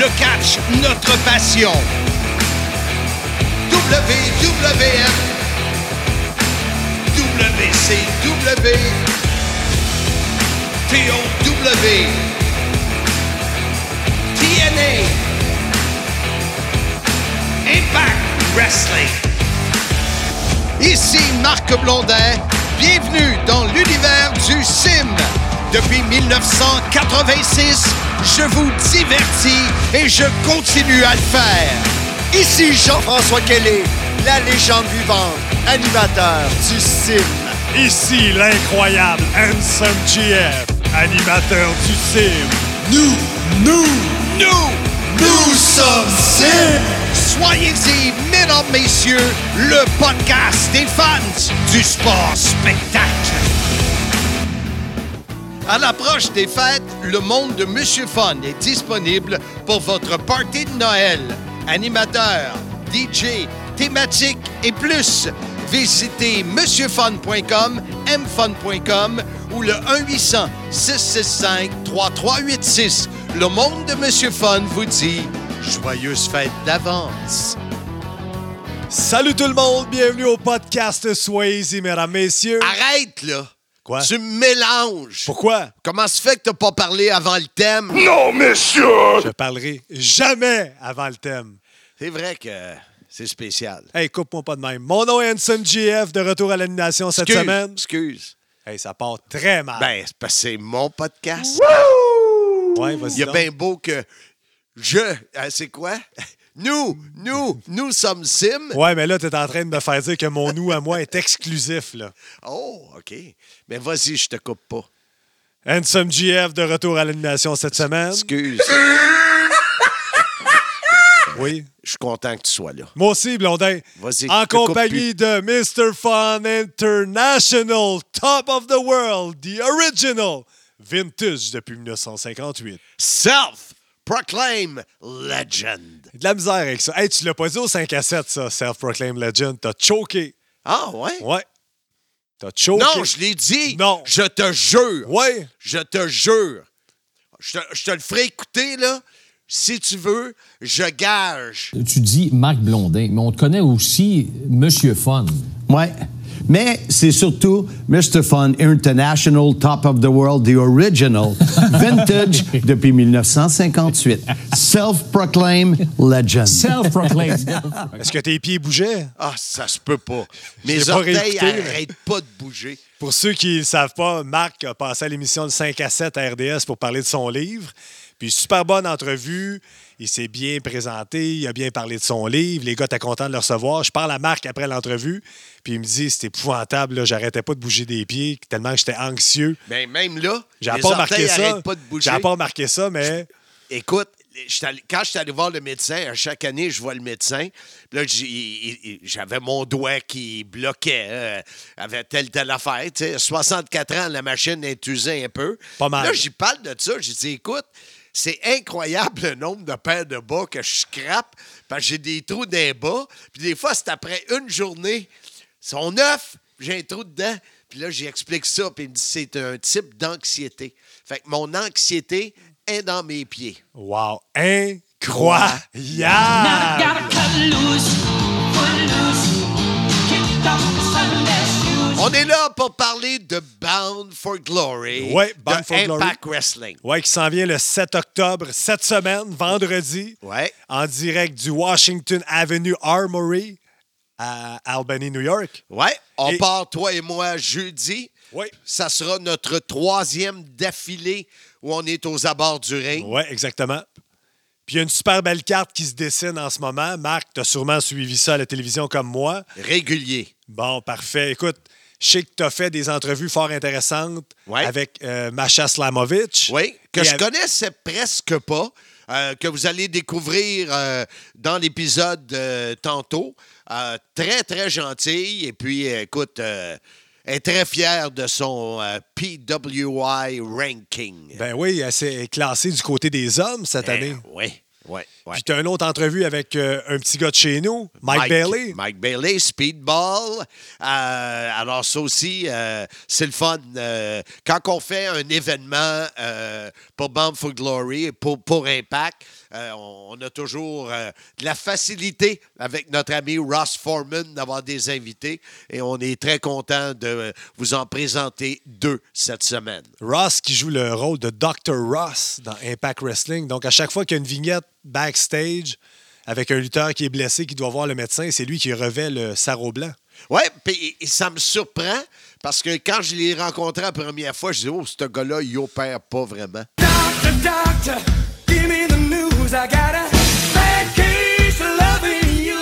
Le catch, notre passion. WWF, WCW, TOW, TNA, Impact Wrestling. Ici Marc Blondin, bienvenue dans l'univers du sim. Depuis 1986, je vous divertis et je continue à le faire. Ici Jean-François Kelly, la légende vivante, animateur du sim. Ici l'incroyable Handsome GF, animateur du sim. Nous sommes sim. Soyez-y, mesdames, messieurs, le podcast des fans du sport spectacle. À l'approche des fêtes, le monde de Monsieur Fun est disponible pour votre party de Noël. Animateur, DJ, thématique et plus. Visitez monsieurfun.com, mfun.com ou le 1-800-665-3386. Le monde de Monsieur Fun vous dit joyeuses fêtes d'avance. Salut tout le monde, bienvenue au podcast Soyez-y, mesdames, messieurs. Arrête, là. Quoi? Tu me mélanges. Pourquoi? Comment se fait que t'as pas parlé avant le thème? Non, monsieur! Je parlerai jamais avant le thème. C'est vrai que c'est spécial. Hey, coupe-moi pas de même. Mon nom est Handsome GF, de retour à l'animation cette semaine. Excuse. Hey, ça part très mal. Ben, c'est parce que c'est mon podcast. Ouais, vas-y Il y a donc. bien beau que c'est quoi? Nous sommes Sim. Ouais, mais là, t'es en train de me faire dire que mon nous à moi est exclusif, là. Oh, OK. Mais vas-y, je te coupe pas. Handsome GF, de retour à l'animation cette semaine. Excuse. Oui. Je suis content que tu sois là. Moi aussi, Blondin. Vas-y, En je te coupe compagnie de Mr. Fun International, Top of the World, The Original, Vintage depuis 1958. Self-proclaim legend. De la misère avec ça. Hey, tu l'as pas dit au 5 à 7, ça, Self-Proclaim Legend. T'as choqué. Ah, ouais? Ouais. T'as choqué. Non, je l'ai dit. Non. Je te jure. Ouais. Je te jure. Je te le ferai écouter, là. Si tu veux, je gage. Tu dis Marc Blondin, mais on te connaît aussi Monsieur Fun. Ouais. Mais c'est surtout Mr. Fun International, Top of the World, The Original, Vintage depuis 1958. Self-proclaim legend. Self-proclaimed. Est-ce que tes pieds bougeaient? Ah, ça se peut pas. Je l'ai Mes pas orteils réécouté, mais- n'arrêtent pas de bouger. Pour ceux qui ne savent pas, Marc a passé à l'émission de 5 à 7 à RDS pour parler de son livre. Puis, super bonne entrevue. Il s'est bien présenté. Il a bien parlé de son livre. Les gars étaient contents de le recevoir. Je parle à Marc après l'entrevue. Puis, il me dit c'est épouvantable. Là, j'arrêtais pas de bouger des pieds tellement que j'étais anxieux. Mais même là, J'avais les pas remarqué orteils ça. n'arrêtent pas de bouger. J'avais pas remarqué ça, mais. Écoute, quand je suis allé voir le médecin, à chaque année, je vois le médecin. Puis là, j'avais mon doigt qui bloquait, avait telle affaire. Tu sais, 64 ans, la machine est usée un peu. Pas mal. Là, j'y parle de ça. J'ai dit, écoute, c'est incroyable le nombre de paires de bas que je scrape parce que j'ai des trous dans les bas. Puis des fois, c'est après une journée. Ils sont neufs, j'ai un trou dedans. Puis là, j'explique ça. Puis il me dit, c'est un type d'anxiété. Fait que mon anxiété est dans mes pieds. Wow! Incroyable! On est là pour parler de Bound for Glory. Ouais, Bound de for Glory. Impact Wrestling. Ouais, qui s'en vient le 7 octobre, cette semaine, vendredi, Ouais. en direct du Washington Avenue Armory à Albany, New York. Ouais. On Et- part, toi et moi, jeudi. Oui. Ça sera notre 3e d'affilée où on est aux abords du ring. Oui, exactement. Puis il y a une super belle carte qui se dessine en ce moment. Marc, tu as sûrement suivi ça à la télévision comme moi. Régulier. Bon, parfait. Écoute, je sais que tu as fait des entrevues fort intéressantes Ouais. avec Masha Slamovich. Oui. Que Et je avec- connaissais presque pas. Que vous allez découvrir dans l'épisode tantôt. Très, très gentille. Et puis, écoute, elle est très fière de son PWI ranking. Ben oui, elle s'est classée du côté des hommes cette année. Oui, oui, oui. Puis tu as une autre entrevue avec un petit gars de chez nous, Mike Bailey. Mike Bailey, Speedball. Alors, ça aussi, c'est le fun. Quand on fait un événement pour Bound for Glory, pour Impact, On a toujours de la facilité avec notre ami Ross Foreman d'avoir des invités et on est très content de vous en présenter 2 cette semaine. Ross qui joue le rôle de Dr. Ross dans Impact Wrestling. Donc, à chaque fois qu'il y a une vignette backstage avec un lutteur qui est blessé, qui doit voir le médecin, c'est lui qui revêt le sarrau blanc. Oui, puis ça me surprend parce que quand je l'ai rencontré la première fois, je dis « Oh, ce gars-là, il opère pas vraiment. » Doctor, give me the news. I got a bad case of loving you.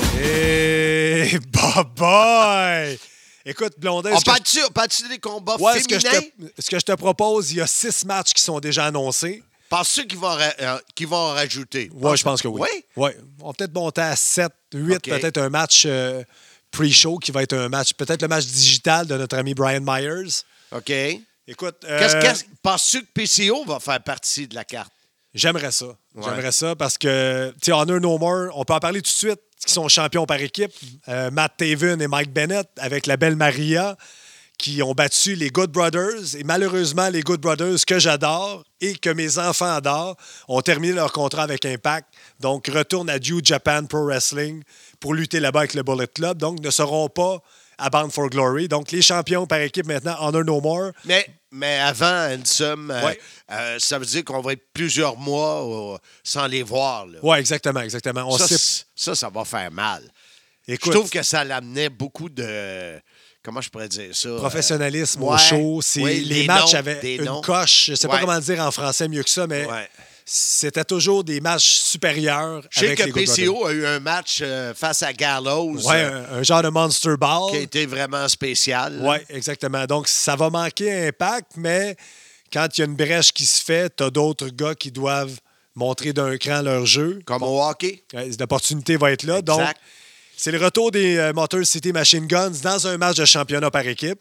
Hey, boy! Écoute, Blondin... On parle-tu des combats féminins? Ce que je te propose, il y a 6 matchs qui sont déjà annoncés. Penses-tu qu'ils vont en rajouter? Oui, je pense que oui. Oui? Oui. On va peut-être monter à 7, 8, OK. peut-être un match pre-show qui va être un match, peut-être le match digital de notre ami Brian Myers. OK. Écoute, Penses-tu que PCO va faire partie de la carte? j'aimerais ça. Ouais. J'aimerais ça parce que, tu sais, Honor No More, on peut en parler tout de suite, qui sont champions par équipe. Matt Taven et Mike Bennett avec la belle Maria qui ont battu les Good Brothers. Et malheureusement, les Good Brothers, que j'adore et que mes enfants adorent, ont terminé leur contrat avec Impact. Donc, retournent à New Japan Pro Wrestling pour lutter là-bas avec le Bullet Club. Donc, ne seront pas à Bound for Glory. Donc, les champions par équipe maintenant, Honor No More. Mais avant, Handsome, Ouais. ça veut dire qu'on va être plusieurs mois sans les voir. Là. Oui, exactement. On sait... Ça va faire mal. Écoute, Je trouve que ça l'amenait beaucoup de... Comment je pourrais dire ça? professionnalisme au Ouais. show. Oui, les des matchs noms, avaient des une noms. coche. Je ne sais pas Ouais. comment le dire en français mieux que ça, mais Ouais. c'était toujours des matchs supérieurs Je sais avec que les Good PCO a eu un match face à Gallows Brothers. Ouais, un genre de Monster Ball. qui a été vraiment spécial. Oui, exactement. Donc, ça va manquer Impact, mais quand il y a une brèche qui se fait, tu as d'autres gars qui doivent montrer d'un cran leur jeu. Comme au hockey. L'opportunité va être là. Donc, Exact. c'est le retour des Motor City Machine Guns dans un match de championnat par équipe.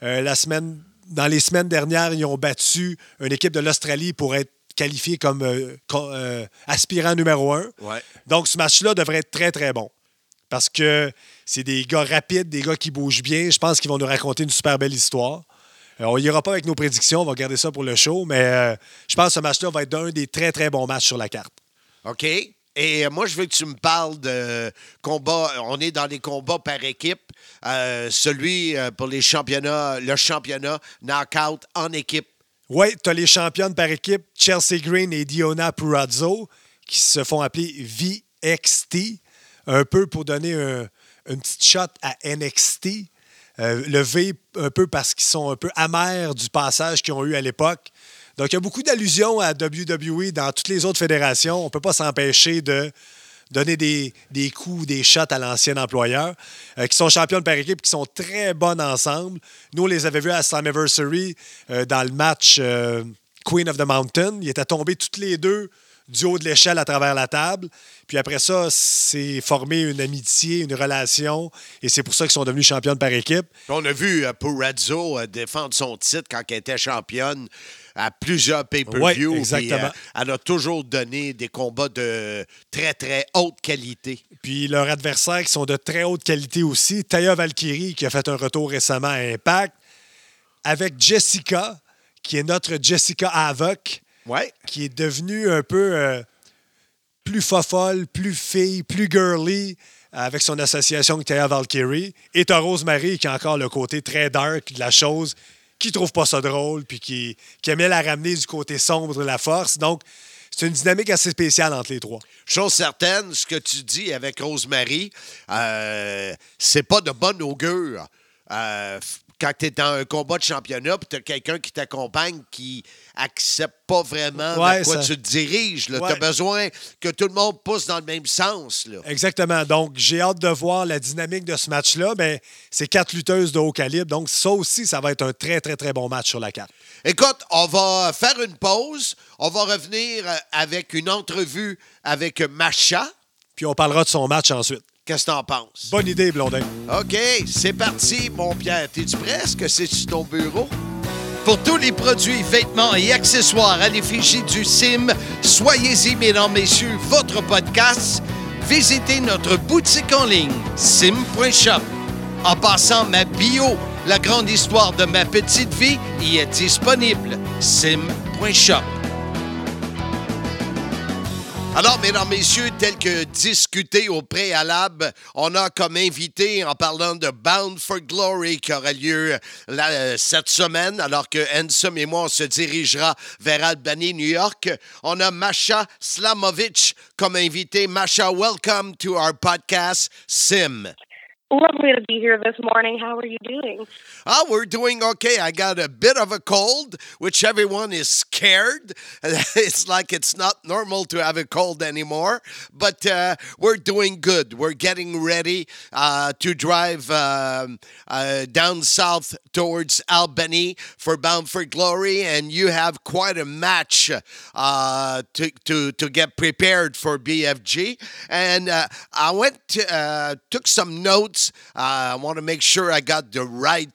Dans les semaines dernières, ils ont battu une équipe de l'Australie pour être qualifié comme aspirant numéro 1. Ouais. Donc, ce match-là devrait être très, très bon. Parce que c'est des gars rapides, des gars qui bougent bien. Je pense qu'ils vont nous raconter une super belle histoire. On n'ira pas avec nos prédictions, on va garder ça pour le show, mais je pense que ce match-là va être un des très, très bons matchs sur la carte. OK. Et moi, je veux que tu me parles de combat. On est dans les combats par équipe. Celui pour les championnats, le championnat knockout en équipe. Oui, tu as les championnes par équipe, Chelsea Green et Diona Purazzo, qui se font appeler VXT, un peu pour donner une petite shot à NXT. Le V, un peu parce qu'ils sont un peu amers du passage qu'ils ont eu à l'époque. Donc, il y a beaucoup d'allusions à WWE dans toutes les autres fédérations. On ne peut pas s'empêcher de donner des coups, des shots à l'ancien employeur, qui sont championnes par équipe, qui sont très bonnes ensemble. Nous, on les avait vus à Slammiversary dans le match Queen of the Mountain. Ils étaient tombés toutes les deux du haut de l'échelle à travers la table. Puis après ça, c'est formé une amitié, une relation, et c'est pour ça qu'ils sont devenus championnes par équipe. Puis on a vu Purazzo défendre son titre quand elle était championne à plusieurs pay-per-view. Oui, exactement. Puis, elle a toujours donné des combats de très, très haute qualité. Puis leurs adversaires qui sont de très haute qualité aussi. Taya Valkyrie, qui a fait un retour récemment à Impact, avec Jessica, qui est notre Jessica Havoc, Ouais. qui est devenue un peu plus fofolle, plus fille, plus girly, avec son association avec Taya Valkyrie. Et t'as Rosemary, qui a encore le côté très dark de la chose, qui trouve pas ça drôle, puis qui aimait la ramener du côté sombre de la force. Donc, c'est une dynamique assez spéciale entre les trois. Chose certaine, ce que tu dis avec Rosemary, c'est pas de bonne augure. Quand tu es dans un combat de championnat, puis tu as quelqu'un qui t'accompagne qui accepte pas vraiment vers quoi tu te diriges. Tu as besoin que tout le monde pousse dans le même sens. Là. Exactement. Donc, j'ai hâte de voir la dynamique de ce match-là. Mais c'est 4 lutteuses de haut calibre. Donc, ça aussi, ça va être un très, très, très bon match sur la carte. Écoute, on va faire une pause. On va revenir avec une entrevue avec Masha. Puis on parlera de son match ensuite. Qu'est-ce que t'en penses? Bonne idée, Blondin. OK, c'est parti, mon Pierre. T'es-tu prêt? Est-ce que c'est sur ton bureau? Pour tous les produits, vêtements et accessoires à l'effigie du CIM, soyez-y, mesdames, messieurs, votre podcast. Visitez notre boutique en ligne, sim.shop. En passant, ma bio, la grande histoire de ma petite vie, y est disponible, sim.shop. Alors, mesdames, messieurs, tel que discuté au préalable, on a comme invité, en parlant de Bound for Glory, qui aura lieu cette semaine, alors que Handsome et moi, on se dirigera vers Albany, New York, on a Masha Slamovich comme invité. Masha, welcome to our podcast, Sim. Lovely to be here this morning. How are you doing? Oh, we're doing okay. I got a bit of a cold, which everyone is scared. It's like it's not normal to have a cold anymore, but we're doing good. We're getting ready to drive down south towards Albany for Bound for Glory, and you have quite a match to get prepared for BFG. And I went took some notes. I want to make sure I got the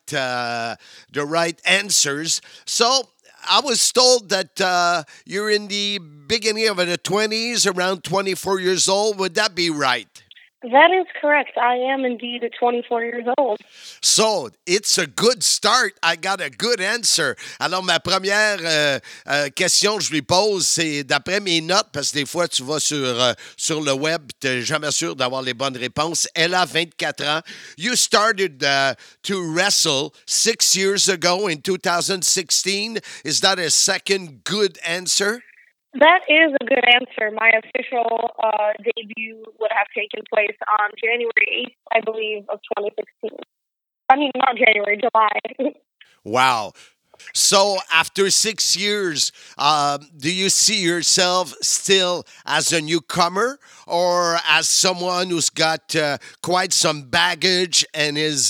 right answers. So I was told that you're in the beginning of the 20s, around 24 years old. Would that be right? That is correct. I am indeed 24 years old. So, it's a good start. I got a good answer. Alors, ma première question que je lui pose, c'est d'après mes notes, parce que des fois, tu vas sur le web et tu n'es jamais sûr d'avoir les bonnes réponses. Elle a 24 ans. You started to wrestle 6 years ago in 2016. Is that a second good answer? That is a good answer. My official debut would have taken place on January 8th, I believe, of 2016. I mean, not January, July. Wow. So after 6 years, do you see yourself still as a newcomer or as someone who's got quite some baggage and is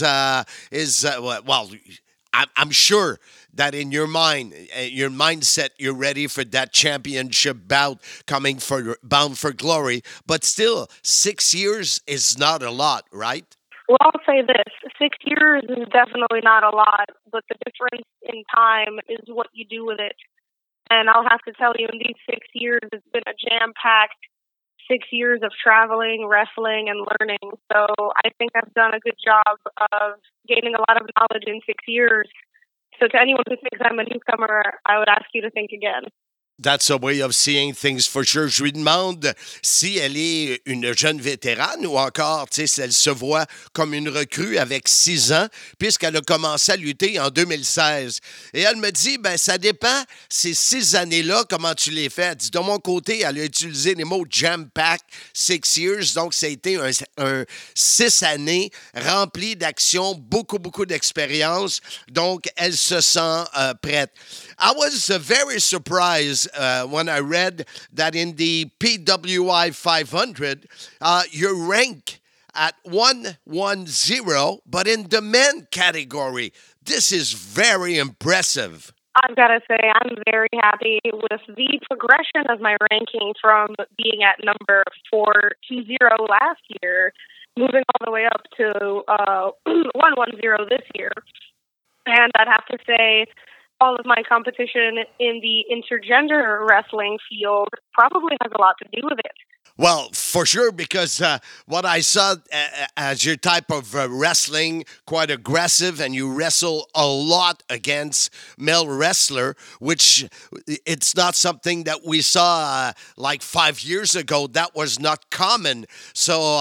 well, I'm sure that in your mind, your mindset, you're ready for that championship bout coming for Bound for Glory. But still, 6 years is not a lot, right? Well, I'll say this. 6 years is definitely not a lot, but the difference in time is what you do with it. And I'll have to tell you, in these 6 years, it's been a jam-packed 6 years of traveling, wrestling, and learning. So I think I've done a good job of gaining a lot of knowledge in 6 years. So to anyone who thinks I'm a newcomer, I would ask you to think again. That's a way of seeing things for sure. Je lui demande si elle est une jeune vétérane ou encore, tu sais, si elle se voit comme une recrue avec 6 ans, puisqu'elle a commencé à lutter en 2016. Et elle me dit, ben ça dépend, ces 6 années-là, comment tu les fais. Elle dit, de mon côté, elle a utilisé les mots jam-pack, 6 years, donc ça a été un 6 années remplies d'actions, beaucoup d'expérience, donc elle se sent prête. I was very surprised when I read that in the PWI 500, your rank at 110, but in the men category. This is very impressive. I've got to say, I'm very happy with the progression of my ranking from being at number 420 last year, moving all the way up to 110 this year. And I'd have to say, all of my competition in the intergender wrestling field probably has a lot to do with it. Well, for sure, because what I saw as your type of wrestling, quite aggressive, and you wrestle a lot against male wrestler, which it's not something that we saw like 5 years ago. That was not common. So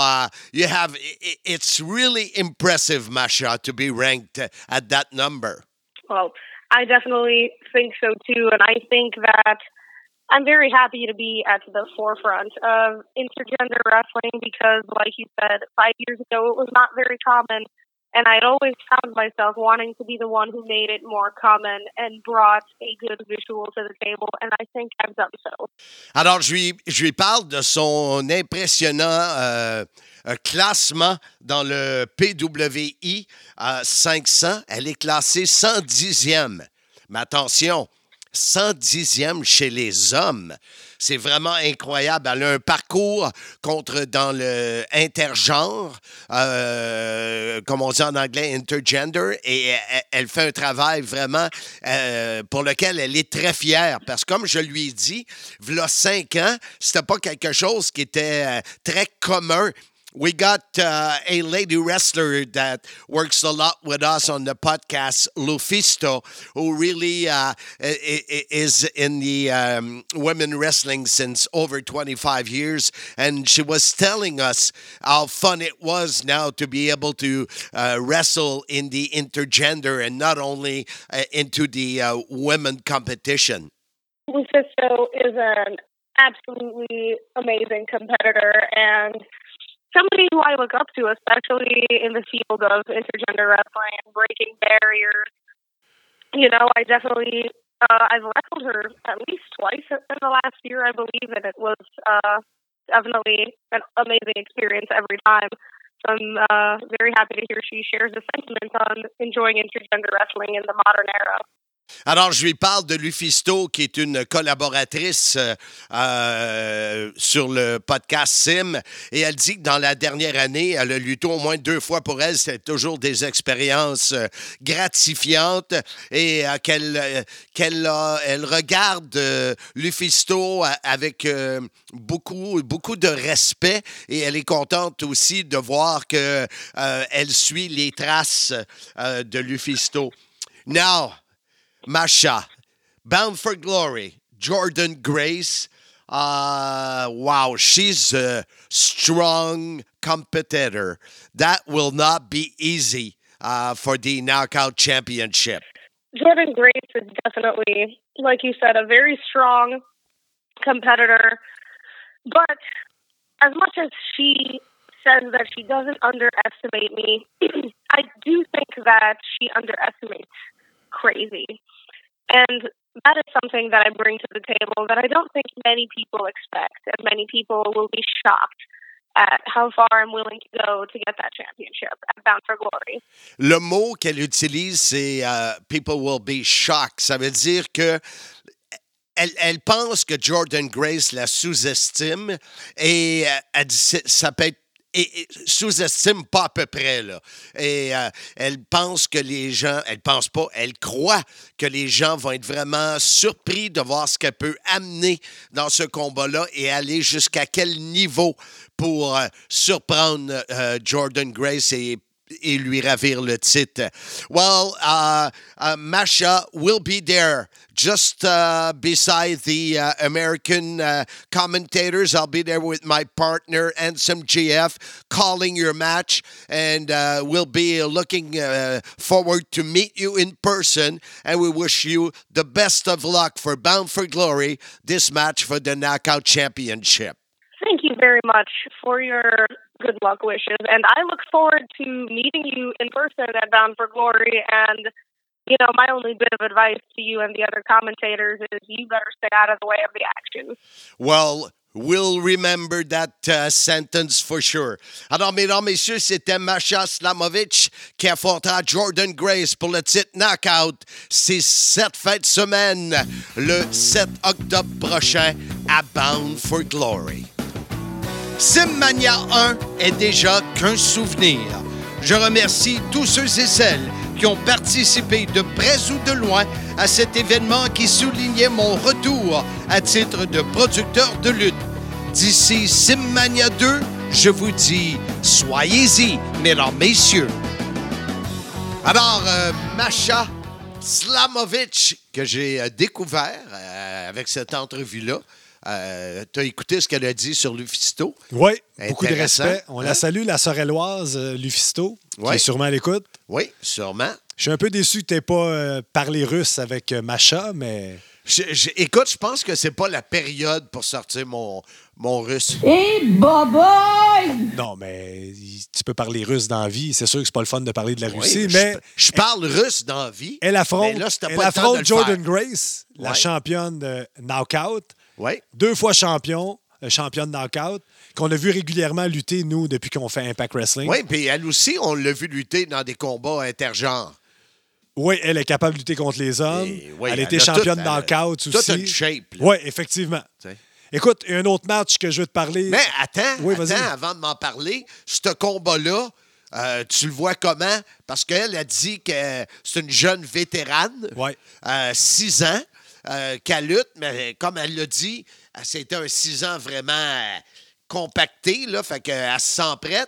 it's really impressive, Masha, to be ranked at that number. Well, I definitely think so too, and I think that I'm very happy to be at the forefront of intergender wrestling because, like you said, 5 years ago it was not very common, and I'd always found myself wanting to be the one who made it more common and brought a good visual to the table, and I think I've done so. Alors, je lui parle de son impressionnant classement dans le PWI 500. Elle est classée 110e. Mais attention, 110e chez les hommes. C'est vraiment incroyable. Elle a un parcours dans le intergenre, comme on dit en anglais, intergender, et elle fait un travail vraiment pour lequel elle est très fière. Parce que comme je lui ai dit, il y a 5 ans, c'était pas quelque chose qui était très commun. we got a lady wrestler that works a lot with us on the podcast, Lufisto, who really is in the women wrestling since over 25 years. And she was telling us how fun it was now to be able to wrestle in the intergender and not only into the women competition. Lufisto is an absolutely amazing competitor and somebody who I look up to, especially in the field of intergender wrestling and breaking barriers. You know, I definitely, I've wrestled her at least twice in the last year, I believe, and it was definitely an amazing experience every time. So I'm very happy to hear she shares the sentiment on enjoying intergender wrestling in the modern era. Alors, je lui parle de Lufisto, qui est une collaboratrice sur le podcast Sim. Et elle dit que dans la dernière année, elle a lutté au moins 2 fois pour elle. C'était toujours des expériences gratifiantes. Et elle regarde Lufisto avec beaucoup de respect. Et elle est contente aussi de voir qu'elle suit les traces de Lufisto. Now, Masha, Bound for Glory, Jordan Grace. Wow, she's a strong competitor. That will not be easy for the Knockout Championship. Jordan Grace is definitely, like you said, a very strong competitor. But as much as she says that she doesn't underestimate me, I do think that she underestimates Crazy. And that is something that I bring to the table that I don't think many people expect, and many people will be shocked at how far I'm willing to go to get that championship at Bound for Glory. Le mot qu'elle utilise, c'est people will be shocked. Ça veut dire que elle pense que Jordan Grace la sous-estime et elle dit ça peut être et sous-estime pas à peu près, là. Et elle pense que les gens... Elle pense pas, elle croit que les gens vont être vraiment surpris de voir ce qu'elle peut amener dans ce combat-là et aller jusqu'à quel niveau pour surprendre Jordan Grace et lui ravir le titre. Well, Masha will be there just beside the American commentators. I'll be there with my partner, Ansem GF, calling your match, and we'll be looking forward to meet you in person, and we wish you the best of luck for Bound for Glory, this match for the Knockout Championship. Thank you very much for your good luck wishes, and I look forward to meeting you in person at Bound for Glory. And you know, my only bit of advice to you and the other commentators is you better stay out of the way of the action. Well, we'll remember that sentence for sure. Alors, mesdames, messieurs, c'était Masha Slamovich qui affrontera Jordan Grace pour le titre Knockout. C'est cette fin de semaine, le 7 octobre prochain, à Bound for Glory. Simmania 1 est déjà qu'un souvenir. Je remercie tous ceux et celles qui ont participé de près ou de loin à cet événement qui soulignait mon retour à titre de producteur de lutte. D'ici Simmania 2, je vous dis, soyez-y, mesdames, messieurs. Alors, Masha Slamovich, que j'ai découvert avec cette entrevue-là, tu as écouté ce qu'elle a dit sur Lufisto? Oui, beaucoup de respect. On la salue, la Sorelloise Lufisto, qui est sûrement à l'écoute. Oui, sûrement. Je suis un peu déçu que tu n'aies pas parlé russe avec Masha, mais... Écoute, je pense que c'est pas la période pour sortir mon russe. Hey, boy! Non, mais tu peux parler russe dans la vie. C'est sûr que c'est pas le fun de parler de la Russie, Oui, mais... Je parle russe dans la vie. Elle affronte, Jordan faire. Grace, la championne de Knockout. Oui. 2 fois championne de Knockout, qu'on a vu régulièrement lutter, nous, depuis qu'on fait Impact Wrestling. Oui, puis elle aussi, on l'a vu lutter dans des combats intergenres. Oui, elle est capable de lutter contre les hommes. Oui, elle était championne toute, Knockout aussi. Toute une shape. Oui, effectivement. T'sais. Écoute, il y a un autre match que je veux te parler. Mais attends, Oui, vas-y. avant de m'en parler, ce combat-là, tu le vois comment? Parce qu'elle a dit que c'est une jeune vétérane, 6 ans, qu'elle lutte, mais comme elle l'a dit, c'était un 6 ans vraiment compactée, là, fait qu'elle se sent prête.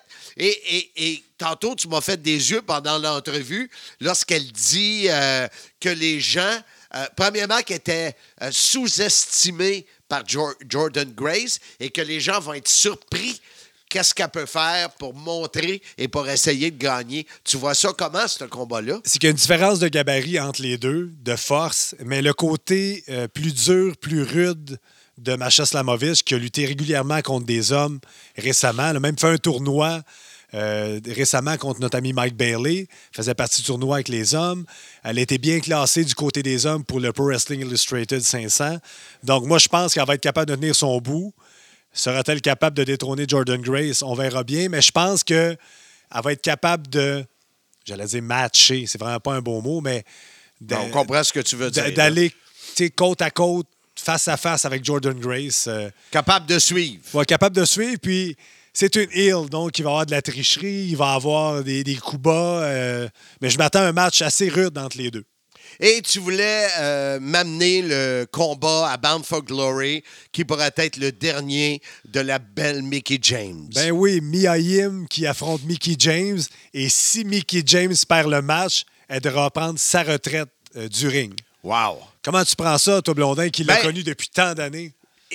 Et tantôt, tu m'as fait des yeux pendant l'entrevue lorsqu'elle dit que les gens, premièrement, qui étaient sous-estimés par Jordan Grace et que les gens vont être surpris qu'est-ce qu'elle peut faire pour montrer et pour essayer de gagner. Tu vois ça comment, ce combat-là? C'est qu'il y a une différence de gabarit entre les deux, de force, mais le côté plus dur, plus rude de Masha Slamovich, qui a lutté régulièrement contre des hommes récemment, elle a même fait un tournoi récemment contre notre ami Mike Bailey, faisait partie du tournoi avec les hommes. Elle a été bien classée du côté des hommes pour le Pro Wrestling Illustrated 500. Donc moi, je pense qu'elle va être capable de tenir son bout. Sera-t-elle capable de détrôner Jordan Grace? On verra bien, mais je pense qu'elle va être capable de, j'allais dire matcher, c'est vraiment pas un bon mot, mais On comprend ce que tu veux dire. D'aller côte à côte, face à face avec Jordan Grace. Capable de suivre. Ouais, capable de suivre, puis c'est une heel, donc il va y avoir de la tricherie, il va y avoir des coups bas, mais je m'attends à un match assez rude entre les deux. Et tu voulais m'amener le combat à Bound for Glory, qui pourrait être le dernier de la belle Mickie James. Ben oui, Mia Yim qui affronte Mickie James. Et si Mickie James perd le match, elle devra prendre sa retraite du ring. Wow! Comment tu prends ça, toi, Blondin, qui l'a connu depuis tant d'années?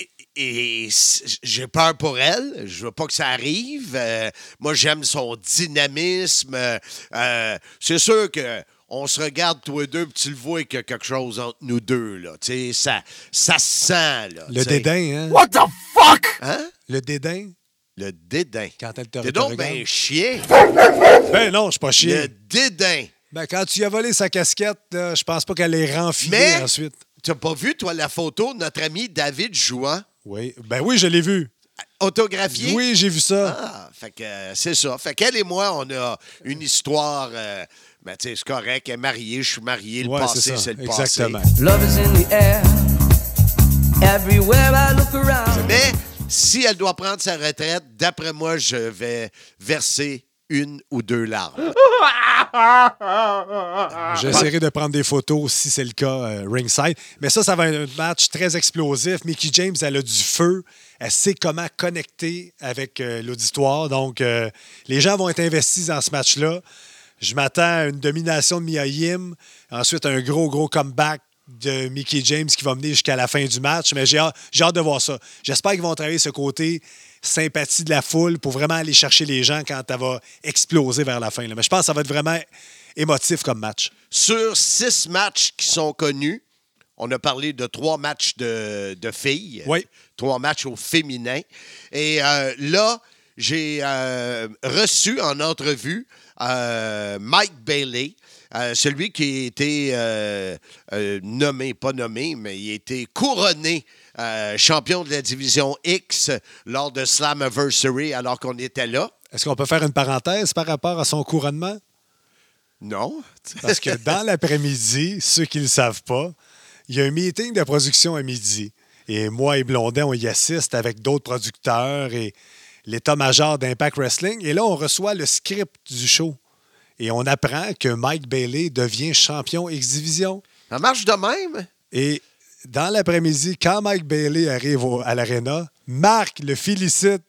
Et j'ai peur pour elle. Je veux pas que ça arrive. Moi, j'aime son dynamisme. C'est sûr que on se regarde tous les deux, puis tu le vois qu'il y a quelque chose entre nous deux, là. Tu sais, ça se sent, là. Le dédain, hein? What the fuck? Hein? Le dédain? Le dédain. Quand elle te T'es donc regarde. ben chien. Ben non, je suis pas chien. Le dédain. Ben, quand tu y as volé sa casquette, là, je pense pas qu'elle l'ait renfilée ensuite. T'as pas vu, toi, la photo de notre ami David Jouan? Oui. Ben oui, je l'ai vu. Autographié? Oui, j'ai vu ça. Ah, fait que c'est ça. Fait qu'elle et moi, on a une histoire... ben, tu sais, c'est correct. Elle est mariée, je suis marié. Le Ouais, passé, c'est le passé. exactement. Love is in the air. Everywhere I look around. Mais si elle doit prendre sa retraite, d'après moi, je vais verser 1 ou 2 larmes. J'essaierai de prendre des photos si c'est le cas ringside. Mais ça va être un match très explosif. Mickie James, elle a du feu. Elle sait comment connecter avec l'auditoire. Donc, les gens vont être investis dans ce match-là. Je m'attends à une domination de Mia Yim. Ensuite, un gros comeback de Mickie James qui va mener jusqu'à la fin du match. Mais j'ai hâte de voir ça. J'espère qu'ils vont travailler ce côté sympathie de la foule pour vraiment aller chercher les gens quand elle va exploser vers la fin. Là. Mais je pense que ça va être vraiment émotif comme match. Sur 6 matchs qui sont connus, on a parlé de 3 matchs de filles. Oui. 3 matchs au féminin. Et là, j'ai reçu en entrevue Mike Bailey, celui qui a été nommé, pas nommé, mais il a été couronné champion de la division X lors de Slammiversary alors qu'on était là. Est-ce qu'on peut faire une parenthèse par rapport à son couronnement? Non. Parce que dans l'après-midi, ceux qui ne le savent pas, il y a un meeting de production à midi. Et moi et Blondin, on y assiste avec d'autres producteurs et l'état-major d'Impact Wrestling. Et là, on reçoit le script du show. Et on apprend que Mike Bailey devient champion X-Division. Ça marche de même? Et dans l'après-midi, quand Mike Bailey arrive à l'aréna, Marc le félicite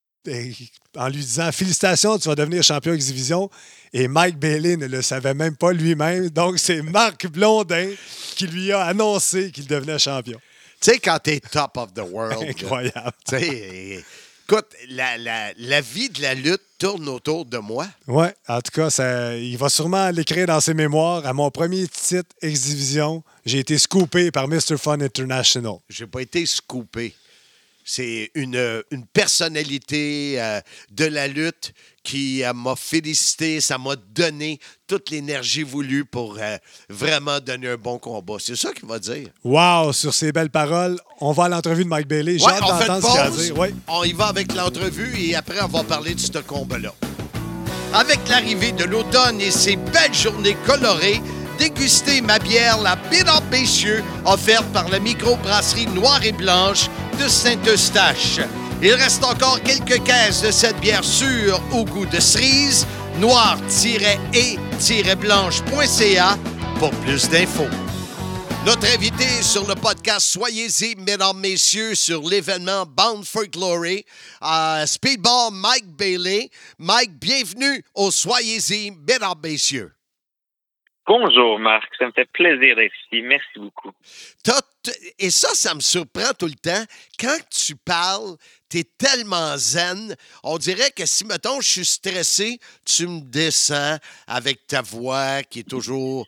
en lui disant « Félicitations, tu vas devenir champion X-Division ». Et Mike Bailey ne le savait même pas lui-même. Donc, c'est Marc Blondin qui lui a annoncé qu'il devenait champion. Tu sais, quand t'es top of the world. Incroyable. Tu sais, écoute, la vie de la lutte tourne autour de moi. Oui, en tout cas, il va sûrement l'écrire dans ses mémoires. À mon premier titre X-Division, j'ai été scoopé par Mr. Fun International. J'ai pas été scoopé. C'est une personnalité de la lutte qui m'a félicité. Ça m'a donné toute l'énergie voulue pour vraiment donner un bon combat. C'est ça qu'il va dire. Wow! Sur ces belles paroles, on va à l'entrevue de Mike Bailey. J'ai hâte on fait d'entendre ce qu'il a à dire. Ouais. On y va avec l'entrevue et après, on va parler de ce combat-là. Avec l'arrivée de l'automne et ses belles journées colorées, dégustez ma bière, la Bit-Up Messieurs, offerte par la microbrasserie Noire et Blanche de Saint-Eustache. Il reste encore quelques caisses de cette bière sûre au goût de cerise, noire-et-blanche.ca pour plus d'infos. Notre invité sur le podcast, soyez-y, mesdames, messieurs, sur l'événement Bound for Glory, Speedball Mike Bailey. Mike, bienvenue au Soyez-y, mesdames, messieurs. Bonjour, Marc. Ça me fait plaisir d'être ici. Merci beaucoup. Et ça me surprend tout le temps. Quand tu parles, tu es tellement zen. On dirait que si, mettons, je suis stressé, tu me descends avec ta voix qui est toujours...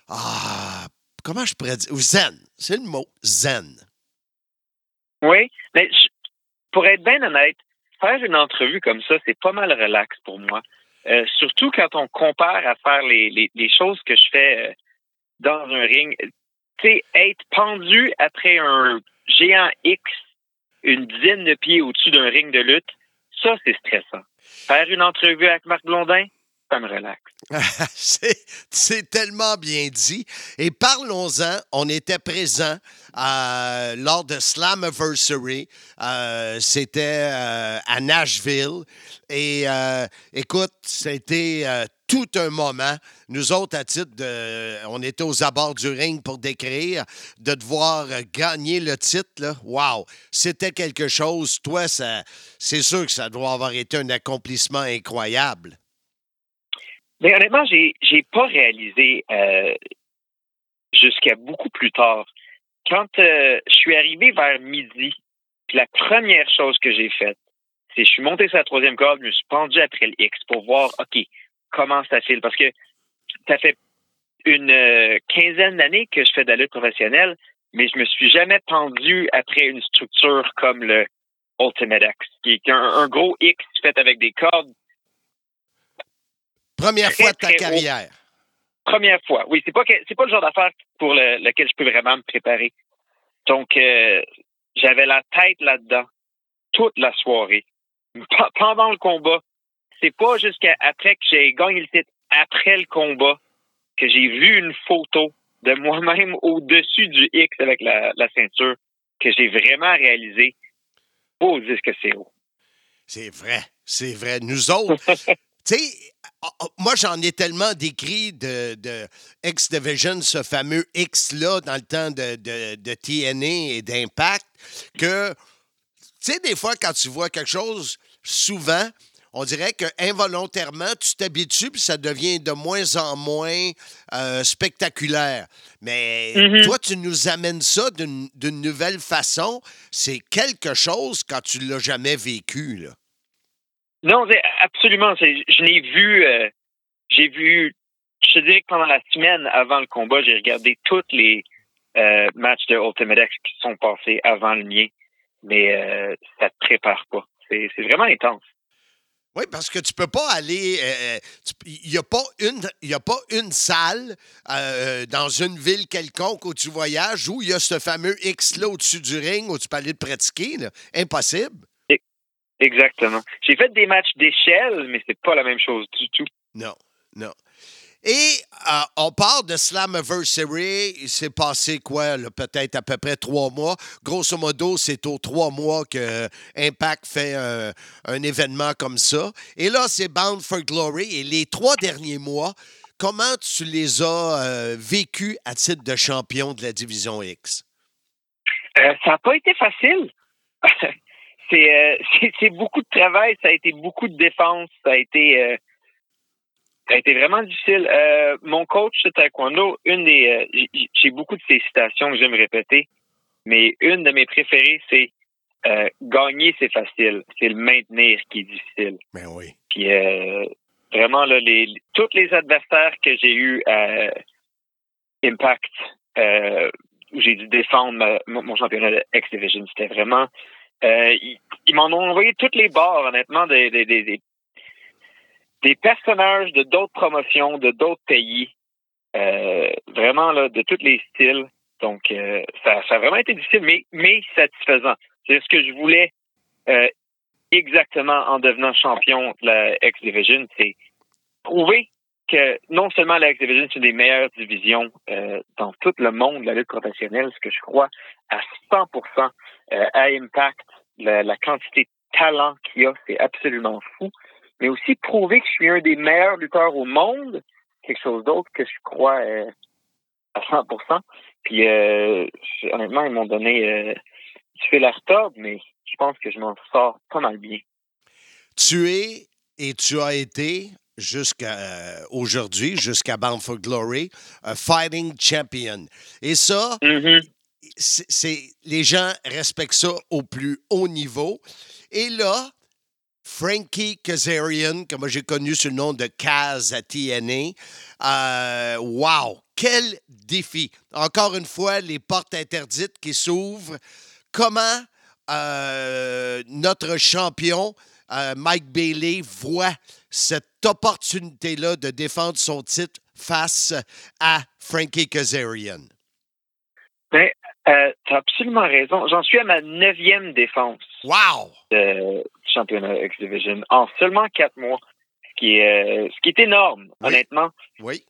comment je pourrais dire? Zen. C'est le mot. Zen. Oui, mais pour être bien honnête, faire une entrevue comme ça, c'est pas mal relax pour moi. Surtout quand on compare à faire les choses que je fais dans un ring. Tu sais, être pendu après un géant X, une dizaine de pieds au-dessus d'un ring de lutte, ça, c'est stressant. Faire une entrevue avec Marc Blondin, ça me relaxe. C'est tellement bien dit. Et parlons-en, on était présents lors de Slammiversary. C'était à Nashville. Et écoute, c'était tout un moment. Nous autres, à titre on était aux abords du ring pour décrire, de devoir gagner le titre, là. Wow! C'était quelque chose. Toi, c'est sûr que ça doit avoir été un accomplissement incroyable. Mais honnêtement, j'ai pas réalisé jusqu'à beaucoup plus tard. Quand je suis arrivé vers midi, puis la première chose que j'ai faite, c'est je suis monté sur la troisième corde, je me suis pendu après le X pour voir, OK, comment ça file. Parce que ça fait une quinzaine d'années que je fais de la lutte professionnelle, mais je me suis jamais pendu après une structure comme le Ultimate X, qui est un gros X fait avec des cordes. Première fois de ta carrière. Première fois, oui. C'est pas le genre d'affaire pour lequel je peux vraiment me préparer. Donc, j'avais la tête là-dedans toute la soirée. Pendant le combat, c'est pas jusqu'à après que j'ai gagné le titre, après le combat, que j'ai vu une photo de moi-même au-dessus du X avec la ceinture, que j'ai vraiment réalisé, oh, dis que c'est haut. C'est vrai. Nous autres, tu sais, moi, j'en ai tellement décrit de X-Division, ce fameux X-là, dans le temps de TNA et d'Impact, que, tu sais, des fois, quand tu vois quelque chose, souvent, on dirait qu'involontairement, tu t'habitues puis ça devient de moins en moins spectaculaire. Mais toi, tu nous amènes ça d'une nouvelle façon. C'est quelque chose quand tu ne l'as jamais vécu, là. Non, absolument. Je l'ai vu, je te dirais que pendant la semaine avant le combat, j'ai regardé tous les matchs de Ultimate X qui sont passés avant le mien, mais ça te prépare pas. C'est vraiment intense. Oui, parce que tu peux pas aller... Il n'y a pas une salle dans une ville quelconque où tu voyages où il y a ce fameux X-là au-dessus du ring où tu peux aller te pratiquer, là. Impossible. Exactement. J'ai fait des matchs d'échelle, mais c'est pas la même chose du tout. Non. Et on part de Slammiversary. Il s'est passé quoi, là, peut-être à peu près 3 mois. Grosso modo, c'est aux 3 mois que Impact fait un événement comme ça. Et là, c'est Bound for Glory. Et les 3 derniers mois, comment tu les as vécus à titre de champion de la Division X? Ça n'a pas été facile. C'est beaucoup de travail, ça a été beaucoup de défense, ça a été vraiment difficile. Mon coach de taekwondo, j'ai beaucoup de ces citations que j'aime répéter, mais une de mes préférées, c'est gagner, c'est facile, c'est le maintenir qui est difficile. Ben oui. Puis vraiment là, tous les adversaires que j'ai eus à Impact, où j'ai dû défendre mon championnat de X-Division, c'était vraiment ils m'en ont envoyé toutes les barres, honnêtement, des personnages de d'autres promotions, de d'autres pays, vraiment là, de tous les styles. Donc, ça a vraiment été difficile, mais satisfaisant. C'est ce que je voulais exactement en devenant champion de la X-Division, c'est prouver que non seulement la X-Division, c'est une des meilleures divisions dans tout le monde de la lutte professionnelle, ce que je crois à 100%. À Impact, la quantité de talent qu'il y a, c'est absolument fou. Mais aussi prouver que je suis un des meilleurs lutteurs au monde, quelque chose d'autre que je crois à 100%. Puis honnêtement, ils m'ont donné du fil à retordre, mais je pense que je m'en sors pas mal bien. Tu es et tu as été jusqu'à aujourd'hui, jusqu'à Bound for Glory, un fighting champion. Et ça, les gens respectent ça au plus haut niveau. Et là, Frankie Kazarian, que moi j'ai connu sous le nom de Kaz à TNA, wow! Quel défi! Encore une fois, les portes interdites qui s'ouvrent. Comment notre champion, Mike Bailey, voit cette opportunité-là de défendre son titre face à Frankie Kazarian? Ben, tu as absolument raison. J'en suis à ma 9e défense. Wow! Du championnat X-Division en seulement 4 mois, ce qui est énorme, honnêtement. Oui.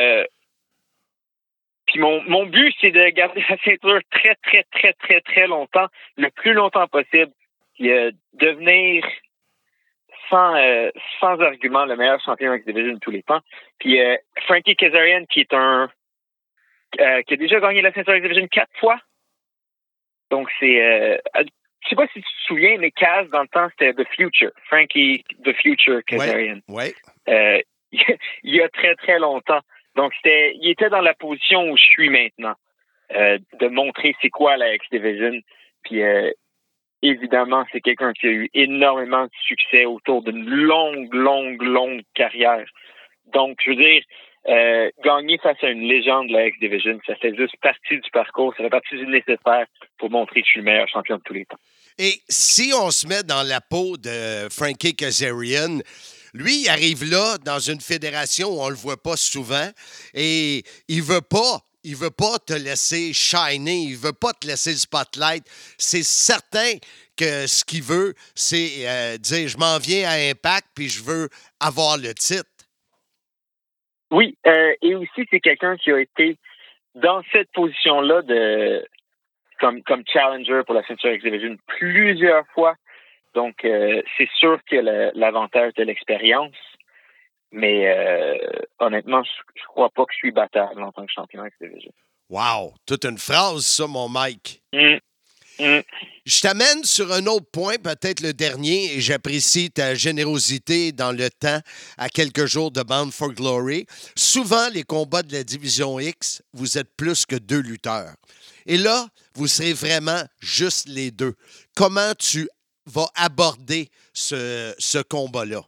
Puis mon but, c'est de garder la ceinture très, très, très, très, très longtemps, le plus longtemps possible, puis devenir sans argument le meilleur champion X-Division de tous les temps. Puis Frankie Kazarian, qui est qui a déjà gagné la ceinture X-Division 4 fois. Donc c'est je sais pas si tu te souviens, mais Kaz, dans le temps, c'était The Future. Frankie The Future Kazarian. Oui. Il y a très, très longtemps. Donc, il était dans la position où je suis maintenant, de montrer c'est quoi la X-Division. Puis, évidemment, c'est quelqu'un qui a eu énormément de succès autour d'une longue carrière. Donc, je veux dire, gagner face à une légende de la X-Division, ça fait juste partie du parcours, ça fait partie du nécessaire pour montrer que je suis le meilleur champion de tous les temps. Et si on se met dans la peau de Frankie Kazarian, lui, il arrive là dans une fédération où on le voit pas souvent et il veut pas te laisser shiner, il veut pas te laisser le spotlight. C'est certain que ce qu'il veut, c'est dire je m'en viens à Impact puis je veux avoir le titre. Oui, et aussi c'est quelqu'un qui a été dans cette position-là comme challenger pour la ceinture X-Division plusieurs fois. Donc, c'est sûr que l'avantage de l'expérience, mais honnêtement, je crois pas que je suis battable en tant que champion X-Division. Wow! Toute une phrase, ça, mon Mike. Je t'amène sur un autre point, peut-être le dernier, et j'apprécie ta générosité dans le temps à quelques jours de Bound for Glory. Souvent, les combats de la Division X, vous êtes plus que 2 lutteurs. Et là, vous serez vraiment juste les 2. Comment tu vas aborder ce combat-là?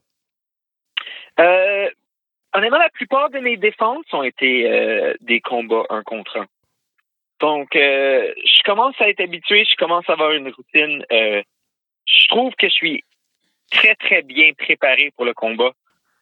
Honnêtement, la plupart de mes défenses ont été des combats 1 contre 1. Donc, je commence à être habitué, je commence à avoir une routine. Je trouve que je suis très, très bien préparé pour le combat.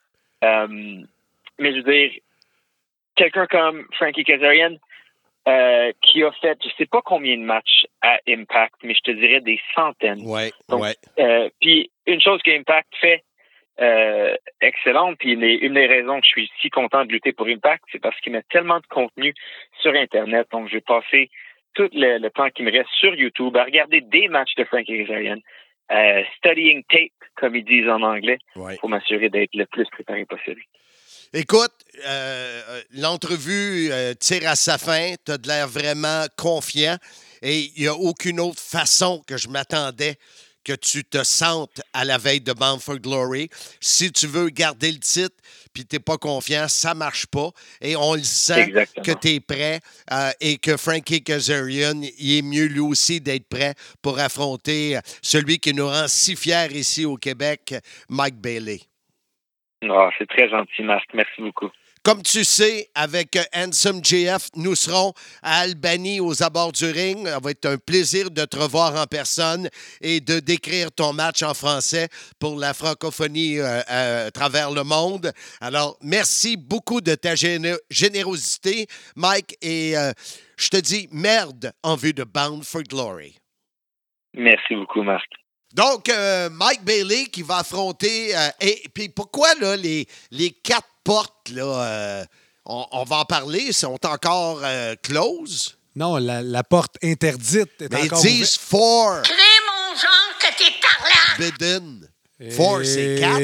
Mais je veux dire, quelqu'un comme Frankie Kazarian, qui a fait, je sais pas combien de matchs à Impact, mais je te dirais des centaines. Ouais. Puis, une chose que Impact fait excellente, puis une des raisons que je suis si content de lutter pour Impact, c'est parce qu'il met tellement de contenu sur Internet. Donc, je vais passer tout le temps qui me reste sur YouTube à regarder des matchs de Frankie Kazarian, studying tape, comme ils disent en anglais, pour m'assurer d'être le plus préparé possible. Écoute, l'entrevue tire à sa fin. Tu as de l'air vraiment confiant et il n'y a aucune autre façon que je m'attendais que tu te sentes à la veille de Bound for Glory. Si tu veux garder le titre puis tu n'es pas confiant, ça ne marche pas. Et on le sent. Exactement. Que tu es prêt et que Frankie Kazarian, il est mieux lui aussi d'être prêt pour affronter celui qui nous rend si fiers ici au Québec, Mike Bailey. Oh, c'est très gentil, Marc. Merci beaucoup. Comme tu sais, avec Handsome JF, nous serons à Albany, aux abords du ring. Ça va être un plaisir de te revoir en personne et de décrire ton match en français pour la francophonie à travers le monde. Alors, merci beaucoup de ta générosité, Mike, et je te dis merde en vue de Bound for Glory. Merci beaucoup, Marc. Donc, Mike Bailey qui va affronter... et puis pourquoi là, les 4 portes, là, on va en parler, sont encore closes? Non, la porte interdite est encore ouverte. Ils disent for... Crée mon genre que t'es par là! Bidden. 4, c'est 4.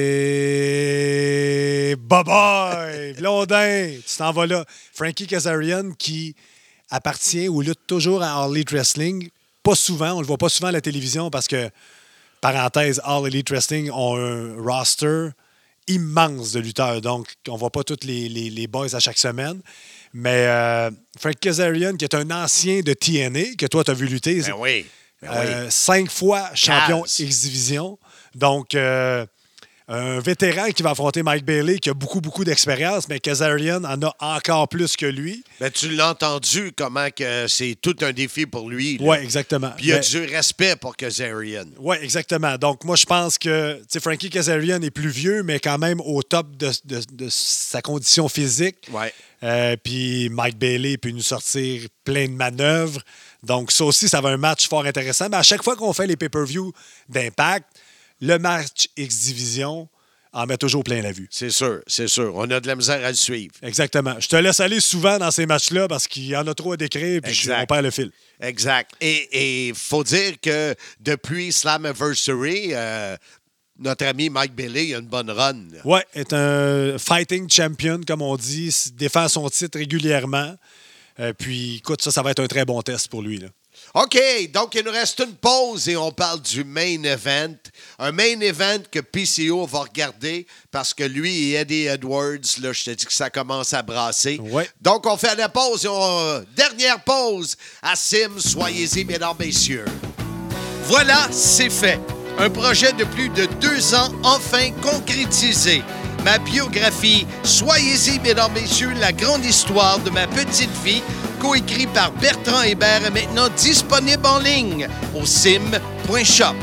Et... Bye-bye! Blondin, tu t'en vas là. Frankie Kazarian qui appartient ou lutte toujours à All Elite Wrestling. Pas souvent, on le voit pas souvent à la télévision parce que, parenthèse, All Elite Wrestling ont un roster immense de lutteurs. Donc, on voit pas tous les boys à chaque semaine. Mais Frankie Kazarian, qui est un ancien de TNA, que toi, tu as vu lutter. Ben oui. 5 fois champion Kaz. X-Division. Donc, un vétéran qui va affronter Mike Bailey, qui a beaucoup, beaucoup d'expérience, mais Kazarian en a encore plus que lui. Ben, tu l'as entendu, comment que c'est tout un défi pour lui. Oui, exactement. Puis il y a du respect pour Kazarian. Oui, exactement. Donc, moi, je pense que Frankie Kazarian est plus vieux, mais quand même au top de sa condition physique. Ouais. Puis Mike Bailey peut nous sortir plein de manœuvres. Donc, ça aussi, ça va un match fort intéressant. Mais à chaque fois qu'on fait les pay-per-view d'Impact, le match X-Division en met toujours plein la vue. C'est sûr, c'est sûr. On a de la misère à le suivre. Exactement. Je te laisse aller souvent dans ces matchs-là parce qu'il y en a trop à décrire puis on perd le fil. Exact. Et il faut dire que depuis Slammiversary, notre ami Mike Bailey a une bonne run. Oui, est un fighting champion, comme on dit, défend son titre régulièrement. Puis, écoute, ça va être un très bon test pour lui, là. OK, donc il nous reste une pause et on parle du main event. Un main event que PCO va regarder parce que lui et Eddie Edwards, là, je te dis que ça commence à brasser. Ouais. Donc on fait la pause et dernière pause à Sim. Soyez-y, mesdames, messieurs. Voilà, c'est fait. Un projet de plus de 2 ans enfin concrétisé. Ma biographie, Soyez-y, mesdames, messieurs, la grande histoire de ma petite fille, coécrit par Bertrand Hébert, est maintenant disponible en ligne au sim.shop.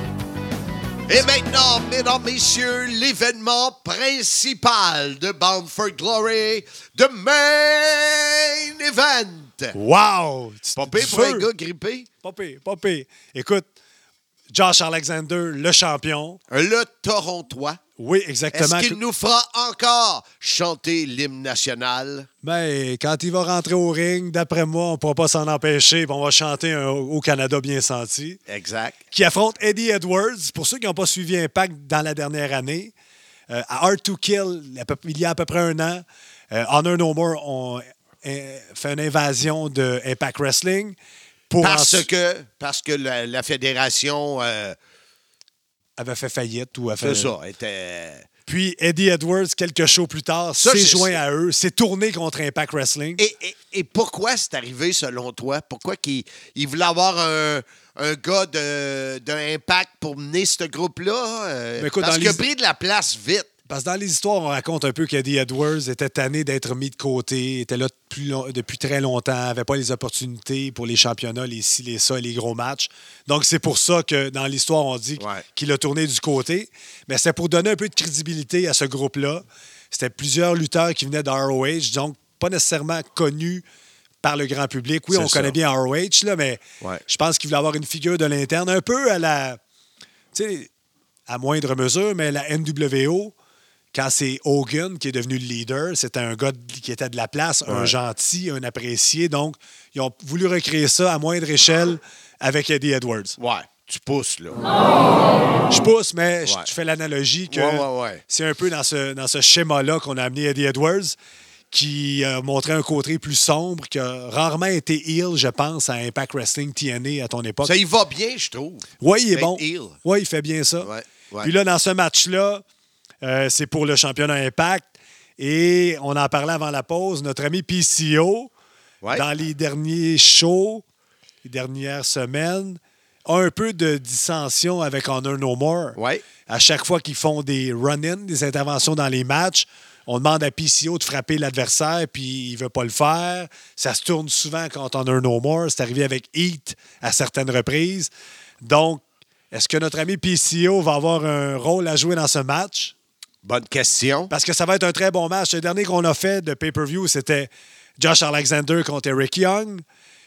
Et maintenant, mesdames, messieurs, l'événement principal de Bound for Glory, The Main Event. Wow! Pas pire pour un gars grippé. Pas pire, pas pire. Écoute, Josh Alexander, le champion. Le Torontois. Oui, exactement. Est-ce qu'il nous fera encore chanter l'hymne national? Ben, quand il va rentrer au ring, d'après moi, on ne pourra pas s'en empêcher. Puis on va chanter un Au Canada bien senti. Exact. Qui affronte Eddie Edwards. Pour ceux qui n'ont pas suivi Impact dans la dernière année, à Hard to Kill, il y a à peu près 1 an, Honor No More ont fait une invasion de Impact Wrestling. Parce que la fédération... avait fait faillite ou a c'est fait... ça. Était... Puis Eddie Edwards, quelques shows plus tard, s'est joint à eux, s'est tourné contre Impact Wrestling. Et pourquoi c'est arrivé, selon toi? Pourquoi qu'il voulait avoir un gars d'un Impact pour mener ce groupe-là? Écoute, parce qu'il a pris de la place vite. Parce que dans les histoires, on raconte un peu qu'Eddie Edwards était tanné d'être mis de côté, était là depuis très longtemps, n'avait pas les opportunités pour les championnats, les ci, les ça, les gros matchs. Donc, c'est pour ça que dans l'histoire, on dit qu'il a tourné du côté. Mais c'est pour donner un peu de crédibilité à ce groupe-là. C'était plusieurs lutteurs qui venaient de ROH, donc pas nécessairement connus par le grand public. Oui, on connaît bien ROH, là, mais je pense qu'il voulait avoir une figure de l'interne, un peu à la... Tu sais, à moindre mesure, mais la NWO... Quand c'est Hogan qui est devenu le leader, c'était un gars qui était de la place, un gentil, un apprécié. Donc, ils ont voulu recréer ça à moindre échelle avec Eddie Edwards. Ouais, tu pousses, là. Je pousse, mais je fais l'analogie que c'est un peu dans ce schéma-là qu'on a amené Eddie Edwards, qui a montré un côté plus sombre, qui a rarement été heel, je pense, à Impact Wrestling TNA à ton époque. Ça y va bien, je trouve. Oui, il est bon. Oui, il fait bien ça. Ouais. Puis là, dans ce match-là, c'est pour le championnat Impact. Et on en parlait avant la pause. Notre ami PCO, dans les derniers shows, les dernières semaines, a un peu de dissension avec Honor No More. À chaque fois qu'ils font des run-ins, des interventions dans les matchs, on demande à PCO de frapper l'adversaire, puis il ne veut pas le faire. Ça se tourne souvent contre Honor No More. C'est arrivé avec Heat à certaines reprises. Donc, est-ce que notre ami PCO va avoir un rôle à jouer dans ce match? Bonne question. Parce que ça va être un très bon match. Le dernier qu'on a fait de pay-per-view, c'était Josh Alexander contre Eric Young.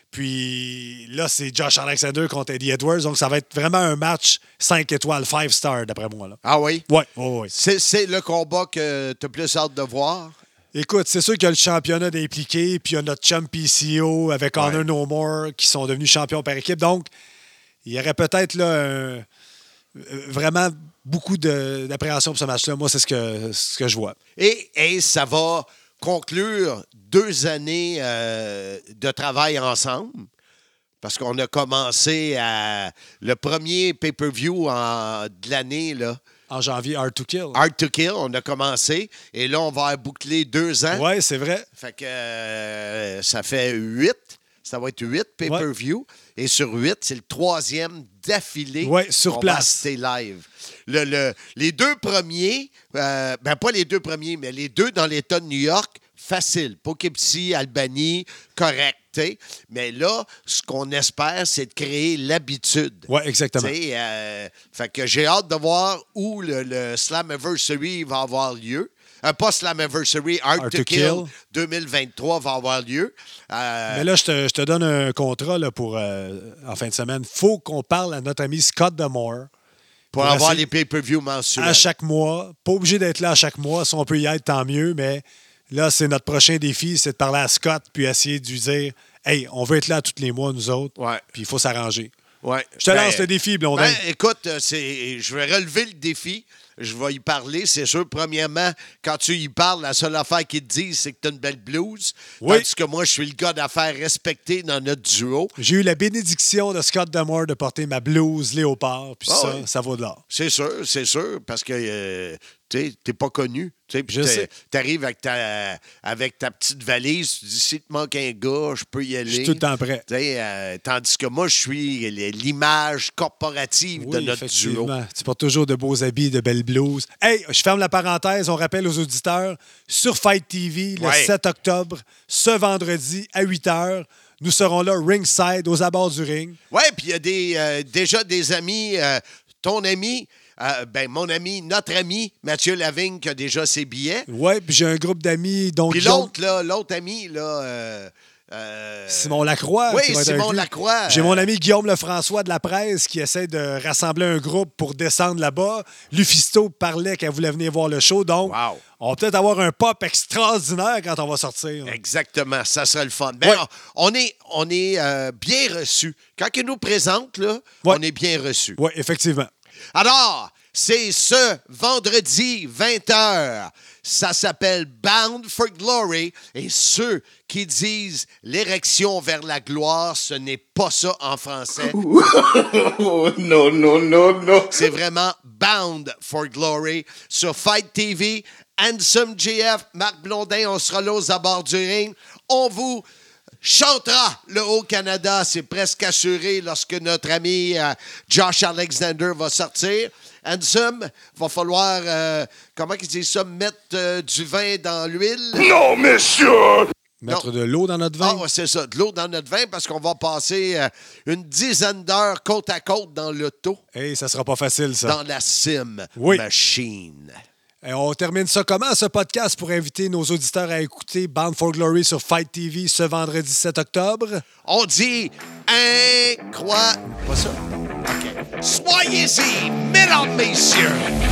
Puis là, c'est Josh Alexander contre Eddie Edwards. Donc, ça va être vraiment un match 5 étoiles, 5 stars, d'après moi. Là. Ah oui? Oui. C'est le combat que tu as plus hâte de voir? Écoute, c'est sûr qu'il y a le championnat d'impliqué, puis il y a notre chum PCO avec Honor No More qui sont devenus champions par équipe. Donc, il y aurait peut-être là Vraiment beaucoup d'appréhension pour ce match-là. Moi, c'est ce que je vois. Et ça va conclure 2 années de travail ensemble. Parce qu'on a commencé le premier pay-per-view de l'année, là. En janvier, Hard to Kill. Hard to Kill, on a commencé. Et là, on va boucler 2 ans. Oui, c'est vrai. Fait que ça fait 8. Ça va être 8 pay-per-view. Ouais. Et sur 8, c'est le 3e d'affilée. Oui, sur place. C'est live. Les 2 premiers, pas les 2 premiers, mais les 2 dans l'État de New York, facile. Poughkeepsie, Albany, correct. T'sais. Mais là, ce qu'on espère, c'est de créer l'habitude. Oui, exactement. Fait que j'ai hâte de voir où le Slammiversary va avoir lieu. Pas Slammiversary, Hard to Kill 2023 va avoir lieu. Mais là, je te donne un contrat là, pour en fin de semaine. Il faut qu'on parle à notre ami Scott D'Amore. Pour avoir les pay-per-views mensuels. À chaque mois. Pas obligé d'être là à chaque mois. Si on peut y être, tant mieux. Mais là, c'est notre prochain défi, c'est de parler à Scott puis essayer de lui dire « Hey, on veut être là tous les mois, nous autres. Ouais. Puis il faut s'arranger. » Ouais. Je te lance le défi, Blondin. Écoute, je vais relever le défi. Je vais y parler, c'est sûr. Premièrement, quand tu y parles, la seule affaire qu'ils te disent, c'est que tu as une belle blouse. Oui. Tandis que moi, je suis le gars d'affaires respecté dans notre duo. J'ai eu la bénédiction de Scott D'Amore de porter ma blouse léopard. Puis ça vaut de l'or. C'est sûr, parce que t'es pas connu. Je sais. T'arrives avec ta petite valise, tu dis, si te manque un gars, je peux y aller. Je suis tout le temps prêt. Tandis que moi, je suis l'image corporative de notre duo. Tu portes toujours de beaux habits, de belles blouses. Hey, je ferme la parenthèse. On rappelle aux auditeurs, sur Fight TV, le 7 octobre, ce vendredi à 8h, nous serons là, ringside, aux abords du ring. Oui, puis il y a déjà des amis, ton ami... mon ami, notre ami, Mathieu Lavigne, qui a déjà ses billets. Oui, puis j'ai un groupe d'amis. Puis l'autre ami, là... Simon Lacroix. Oui, Simon Lacroix. J'ai mon ami Guillaume Lefrançois de la presse qui essaie de rassembler un groupe pour descendre là-bas. Lufisto parlait qu'elle voulait venir voir le show. Donc, on va peut-être avoir un pop extraordinaire quand on va sortir. Exactement, ça serait le fun. Ben, on est bien reçus. Quand ils nous présentent, là, on est bien reçus. Oui, effectivement. Alors, c'est ce vendredi 20h. Ça s'appelle Bound for Glory. Et ceux qui disent l'érection vers la gloire, ce n'est pas ça en français. Non. C'est vraiment Bound for Glory sur Fight TV. Handsome JF, Marc Blondin, on sera là aux abords du ring. On vous chantera le Haut-Canada, c'est presque assuré lorsque notre ami Josh Alexander va sortir. Handsome, va falloir, comment ils disent ça, mettre du vin dans l'huile? Non, monsieur! Mettre de l'eau dans notre vin? Ah, c'est ça, de l'eau dans notre vin parce qu'on va passer une dizaine d'heures côte à côte dans l'auto. Hey, ça sera pas facile, ça. Dans la sim machine. Et on termine ça comment, ce podcast, pour inviter nos auditeurs à écouter Bound for Glory sur Fight TV ce vendredi 7 octobre? On dit incroyable. Pas ça? OK. Soyez-y, mesdames, messieurs.